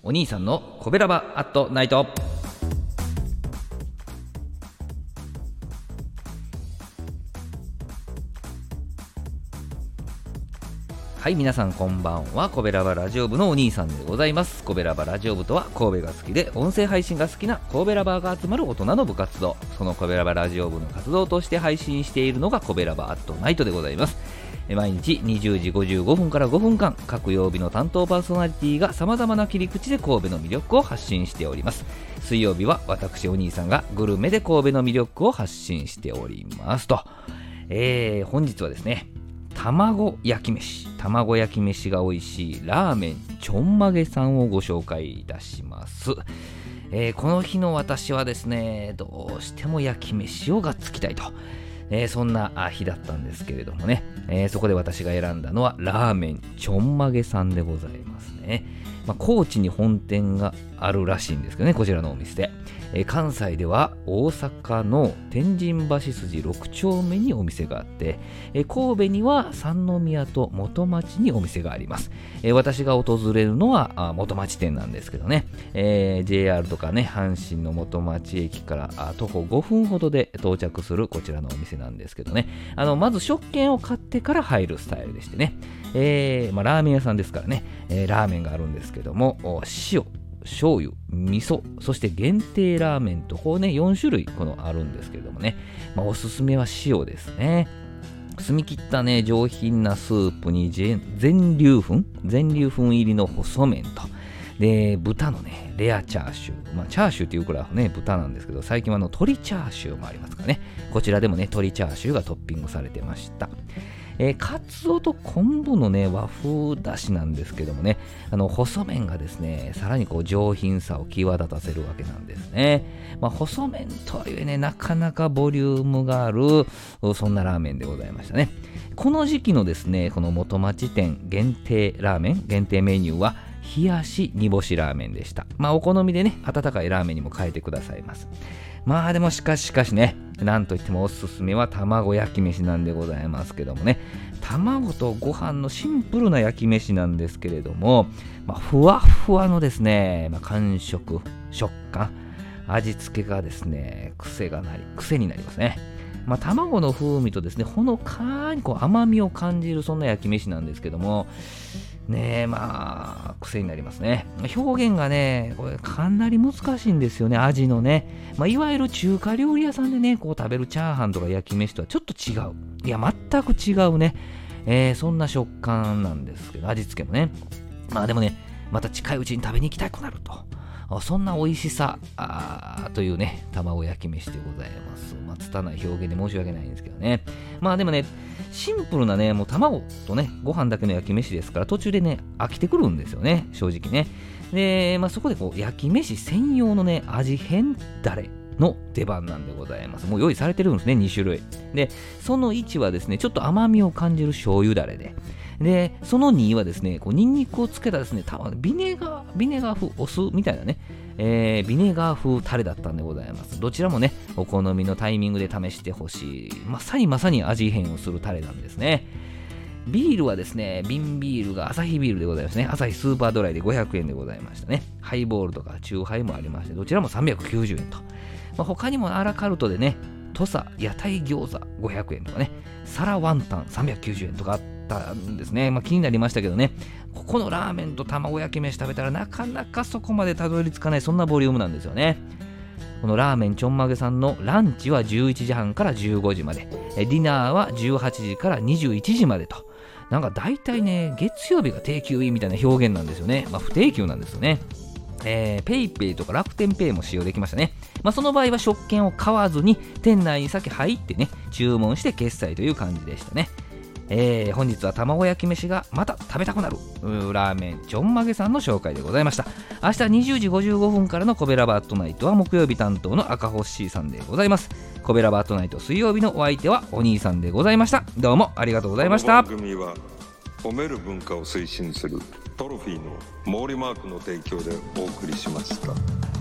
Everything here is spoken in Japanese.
お兄さんのコベラバアットナイト。はい、皆さんこんばんは。コベラバラジオ部のお兄さんでございます。コベラバラジオ部とは、神戸が好きで音声配信が好きな神戸ラバーが集まる大人の部活動。そのコベラバラジオ部の活動として配信しているのがコベラバアットナイトでございます。毎日20時55分から5分間、各曜日の担当パーソナリティが様々な切り口で神戸の魅力を発信しております。水曜日は私お兄さんがグルメで神戸の魅力を発信しておりますと、本日はですね、卵焼き飯が美味しいラーメンちょんまげさんをご紹介いたします。この日の私はですね、どうしても焼き飯をがっつきたいと、そんな日だったんですけれどもね、そこで私が選んだのはラーメンちょんまげさんでございますね。高知に本店があるらしいんですけどね、こちらのお店で、関西では大阪の天神橋筋6丁目にお店があって、神戸には三宮と元町にお店があります。私が訪れるのは元町店なんですけどね、JR とかね、阪神の元町駅から徒歩5分ほどで到着するこちらのお店なんですけどね、まず食券を買ってから入るスタイルでしてね、ラーメン屋さんですからね、ラーメンがあるんですけども、塩、醤油、味噌、そして限定ラーメンとこうね、4種類あるんですけれどもね、おすすめは塩ですね。澄み切ったね、上品なスープに全粒粉入りの細麺と、で豚のねレアチャーシュー、チャーシューっていうくらいね豚なんですけど、最近は鶏チャーシューもありますからね、こちらでもね鶏チャーシューがトッピングされてました。カツオと昆布のね和風だしなんですけどもね、細麺がですねさらに上品さを際立たせるわけなんですね。細麺とはいえね、なかなかボリュームがある、そんなラーメンでございましたね。この時期のですね、この元町店限定ラーメン、限定メニューは冷やし煮干しラーメンでした。お好みでね温かいラーメンにも変えてくださいます。でもしかしね、なんといってもおすすめは卵焼き飯なんでございますけどもね、卵とご飯のシンプルな焼き飯なんですけれども、ふわふわのですね、感触、食感、味付けがですね癖になりますね。卵の風味とですね、ほのかに甘みを感じる、そんな焼き飯なんですけどもね、癖になりますね。表現がねこれかなり難しいんですよね、味のね。いわゆる中華料理屋さんでね食べるチャーハンとか焼き飯とはちょっと違う、いや全く違うね、そんな食感なんですけど、味付けもね、でもねまた近いうちに食べに行きたくなると、そんな美味しさというね卵焼き飯でございます。拙い表現で申し訳ないんですけどね。でもねシンプルなねもう卵とねご飯だけの焼き飯ですから、途中でね飽きてくるんですよね、正直ね。でそこで焼き飯専用のね味変だれの出番なんでございます。もう用意されてるんですね、2種類で、その1はですねちょっと甘みを感じる醤油だれで、その2はですねニンニクをつけたですねビネガー風お酢みたいなね、ビネガー風タレだったんでございます。どちらもねお好みのタイミングで試してほしい、まさに味変をするタレなんですね。ビールはですね、瓶ビールがアサヒビールでございますね。アサヒスーパードライで500円でございましたね。ハイボールとかチューハイもありまして、どちらも390円と、他にもアラカルトでね土佐屋台餃子500円とかね、サラワンタン390円とかあったんですね。気になりましたけどね、ここのラーメンと卵焼き飯食べたらなかなかそこまでたどり着かない、そんなボリュームなんですよね。このラーメンちょんまげさんのランチは11時半から15時まで、ディナーは18時から21時までと、なんか大体ね月曜日が定休日みたいな表現なんですよね。不定休なんですよね。ペイペイとか楽天ペイも使用できましたね。その場合は食券を買わずに店内に先入ってね注文して決済という感じでしたね。本日は卵焼き飯がまた食べたくなるラーメンちょんまげさんの紹介でございました。明日20時55分からのコベラバートナイトは木曜日担当の赤星さんでございます。コベラバートナイト水曜日のお相手はお兄さんでございました。どうもありがとうございました。 この番組は褒める文化を推進するトロフィーの毛利マークの提供でお送りしました。